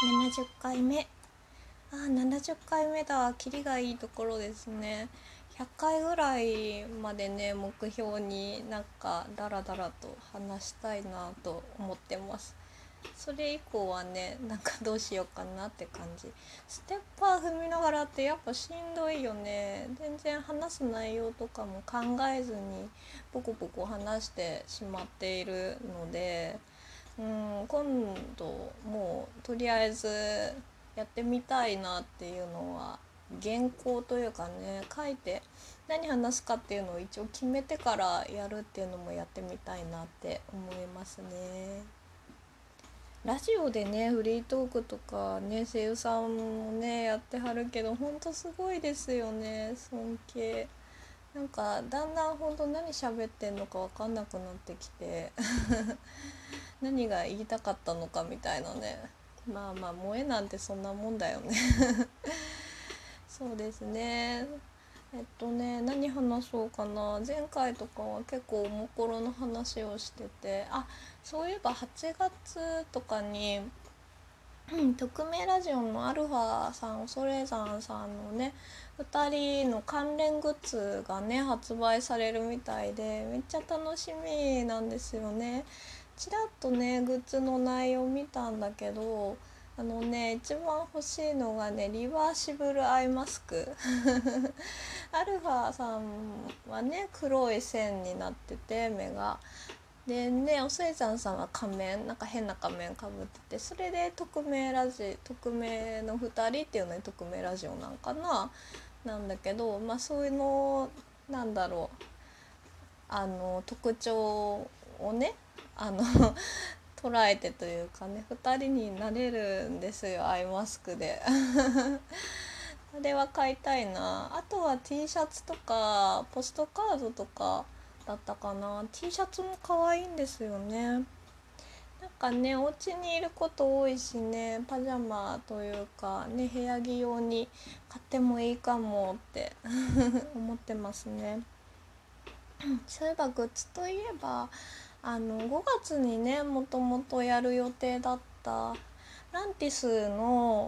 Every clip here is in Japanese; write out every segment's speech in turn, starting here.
70回目。70回目だ。キリがいいところですね。100回ぐらいまでね、目標になんかダラダラと話したいなと思ってます。それ以降はね、なんかどうしようかなって感じ。ステッパー踏みながらってやっぱしんどいよね。全然話す内容とかも考えずにポコポコ話してしまっているので、今度もうとりあえずやってみたいなっていうのは、原稿というかね、書いて何話すかっていうのを一応決めてからやるっていうのもやってみたいなって思いますね。ラジオでね、フリートークとかね、声優さんもねやってはるけど、ほんとすごいですよね。尊敬。なんかだんだんほんと何喋ってんのか分かんなくなってきて何が言いたかったのかみたいなね。まあまあ萌えなんてそんなもんだよね。そうですね。何話そうかな。前回とかは結構おもころの話をしてて、そういえば8月とかに匿名ラジオのアルファさん、恐山さんのね、2人の関連グッズがね発売されるみたいで、めっちゃ楽しみなんですよね。ちらっとねグッズの内容見たんだけど、一番欲しいのがね、リバーシブルアイマスク。アルファさんはね黒い線になってて目が。でね、おせいちゃんさんは仮面、なんか変な仮面かぶってて、それで匿名の2人っていうのに匿名ラジオなんかな、なんだけど、まあそういうの、なんだろう、特徴をね、捉えてというかね、2人になれるんですよ、アイマスクで。あれは買いたいな。あとは T シャツとかポストカードとかだったかな。 T シャツも可愛いんですよね。なんかね、お家にいること多いしね、パジャマというかね、部屋着用に買ってもいいかもって思ってますね。そういえばグッズといえば、5月にねもともとやる予定だったランティスの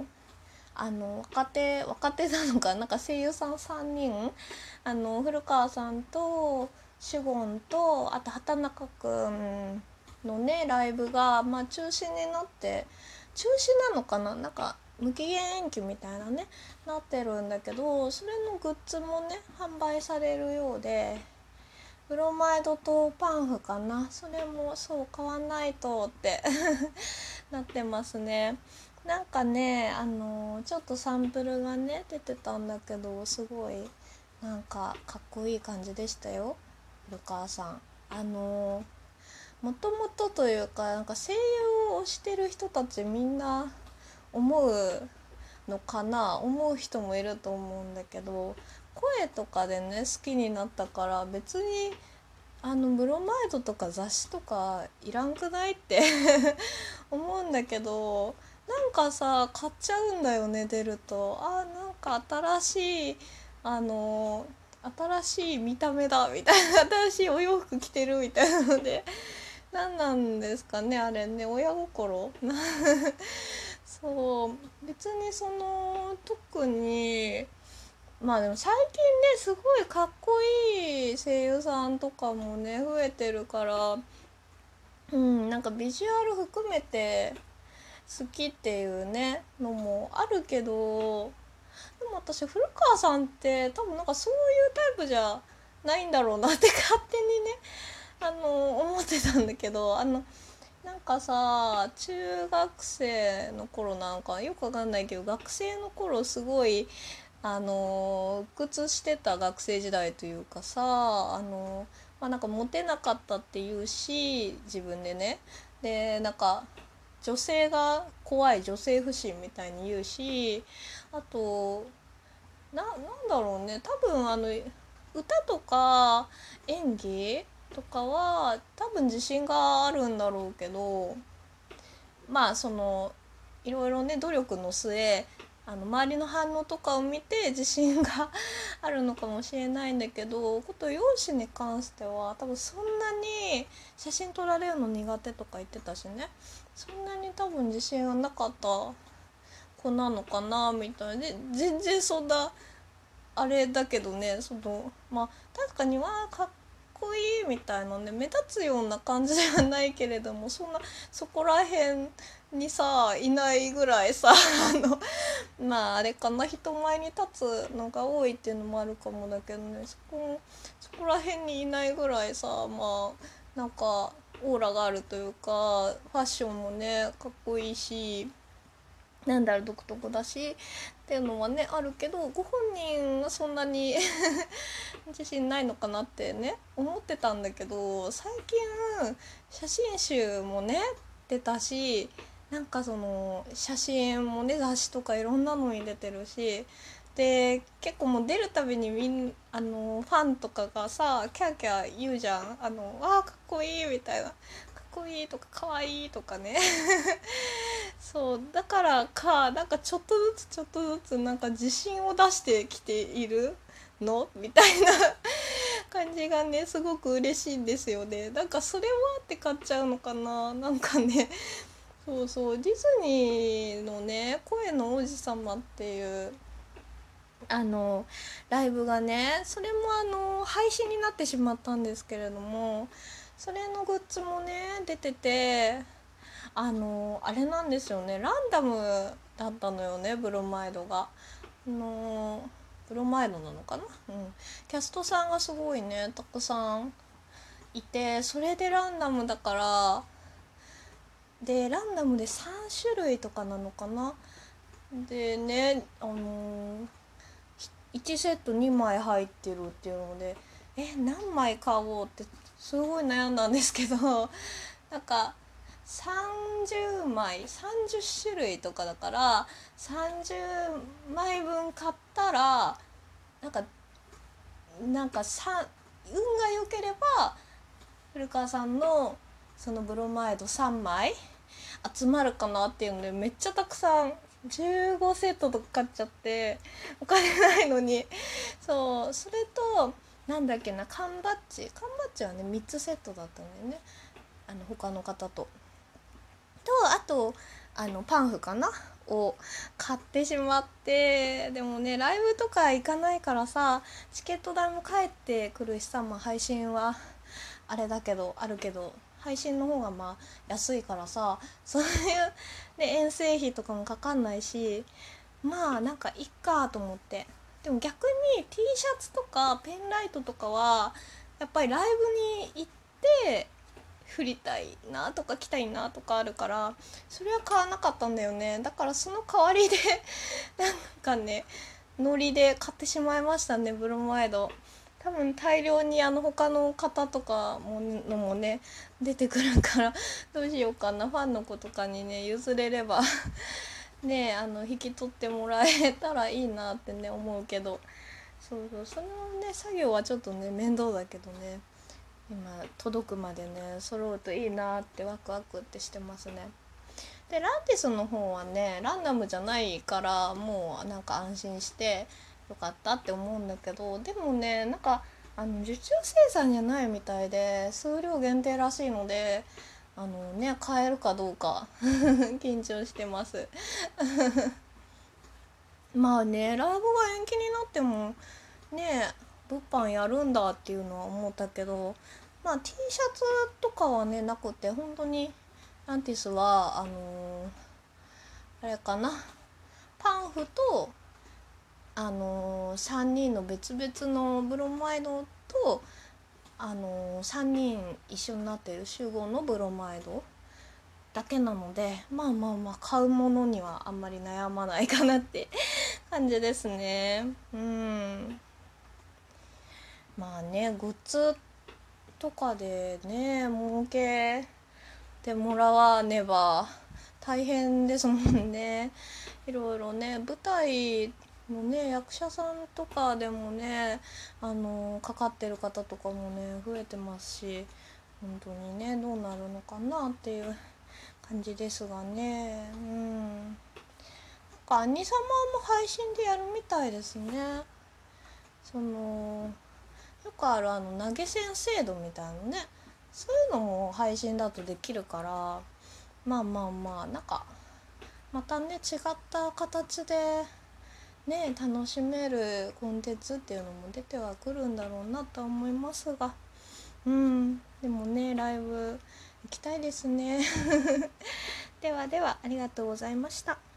若手なのかなんか声優さん3人、古川さんとシュゴンとあと畑中くんのねライブが、まあ、中止になって、中止なのかな、なんか無期限延期みたいなねなってるんだけど、それのグッズもね販売されるようで、ブロマイドとパンフかな、それもそう買わないとってなってますね。なんかね、ちょっとサンプルがね出てたんだけど、すごいなんかかっこいい感じでしたよ、古川さん。もともとというか、なんか声優をしてる人たちみんな思うのかな、思う人もいると思うんだけど、声とかでね好きになったから、別にブロマイドとか雑誌とかいらんくないって思うんだけど、なんかさ買っちゃうんだよね、出ると。なんか新しい、あの新しい見た目だみたいな、新しいお洋服着てるみたいなので、何なんですかねあれね、親心そう、別に特に、まあでも最近ねすごいかっこいい声優さんとかもね増えてるから、なんかビジュアル含めて好きっていうねのもあるけど、でも私古川さんって多分なんかそういうタイプじゃないんだろうなって勝手にね思ってたんだけど、なんかさ、中学生の頃なんかよくわかんないけど、学生の頃すごい鬱屈してた学生時代というかさ、なんかモテなかったっていうし、自分でね、でなんか女性が怖い、女性不信みたいに言うし、あとなんだろうね、多分歌とか演技とかは多分自信があるんだろうけど、まあいろいろね努力の末、周りの反応とかを見て自信があるのかもしれないんだけど、こと容姿に関しては多分そんなに写真撮られるの苦手とか言ってたしね、そんなに多分自信はなかった子なのかなみたいで、全然そんなあれだけどね、まあ確かにかっこいいみたいなね、目立つような感じではないけれども、そこら辺にさいないぐらいさまああれかな、人前に立つのが多いっていうのもあるかもだけどね、そこら辺にいないぐらいさ、まあなんかオーラがあるというか、ファッションもねかっこいいし、なんだろう、独特だしっていうのはねあるけど、ご本人はそんなに自信ないのかなってね思ってたんだけど、最近写真集もね出たし、なんかその写真もね雑誌とかいろんなのに出てるし、で結構もう出るたびにファンとかがさキャーキャー言うじゃん、かっこいいみたいな、かっこいいとかかわいいとかねそうだからか、なんかちょっとずつなんか自信を出してきているのみたいな感じがねすごく嬉しいんですよね。なんかそれはって買っちゃうのかな、なんかね、そうそう、ディズニーのね声の王子様っていうあのライブがね、それも配信になってしまったんですけれども、それのグッズもね出てて、あれなんですよね、ランダムだったのよね、ブロマイドが。ブロマイドなのかな、キャストさんがすごいねたくさんいて、それでランダムだから、でランダムで3種類とかなのかな。でね、1セット2枚入ってるっていうので、何枚買おうってすごい悩んだんですけどなんか30枚30種類とかだから、30枚分買ったらなんか運が良ければ古川さんのそのブロマイド3枚集まるかなっていうので、めっちゃたくさん15セットとか買っちゃって、お金ないのにそれとなんだっけな、缶バッジはね3つセットだったんだよね、他の方とあとパンフかなを買ってしまって、でもねライブとか行かないからさ、チケット代も返ってくるしさ、まあ配信はあるけど配信の方がまあ安いからさ、そういうで遠征費とかもかかんないし、まあなんかいっかと思って。でも逆に T シャツとかペンライトとかはやっぱりライブに行って振りたいなとか着たいなとかあるから、それは買わなかったんだよね。だからその代わりでなんかねノリで買ってしまいましたね、ブロマイド。多分大量に他の方とかもね出てくるから、どうしようかな、ファンの子とかにね譲れればね引き取ってもらえたらいいなってね思うけど、そのね作業はちょっとね面倒だけどね、今届くまでね揃うといいなってワクワクってしてますね。でランティスの方はねランダムじゃないから、もうなんか安心してよかったって思うんだけど、でもねなんか受注生産じゃないみたいで数量限定らしいので、買えるかどうか緊張してますまあね、ライブが延期になってもね物販やるんだっていうのは思ったけど、まあ T シャツとかはねなくて、本当にランティスはあれかな、パンフと3人の別々のブロマイドと3人一緒になっている集合のブロマイドだけなので、まあまあまあ買うものにはあんまり悩まないかなって感じですね。まあね、グッズとかでね儲けてもらわねば大変ですもんね。いろいろね舞台のね役者さんとかでもねかかってる方とかもね増えてますし、本当にねどうなるのかなっていう感じですがね。なんかアニサマも配信でやるみたいですね。よくある投げ銭制度みたいなね、そういうのも配信だとできるから、まあまあまあなんかまたね違った形でね楽しめるコンテンツっていうのも出てはくるんだろうなと思いますが、でもねライブ行きたいですねではではありがとうございました。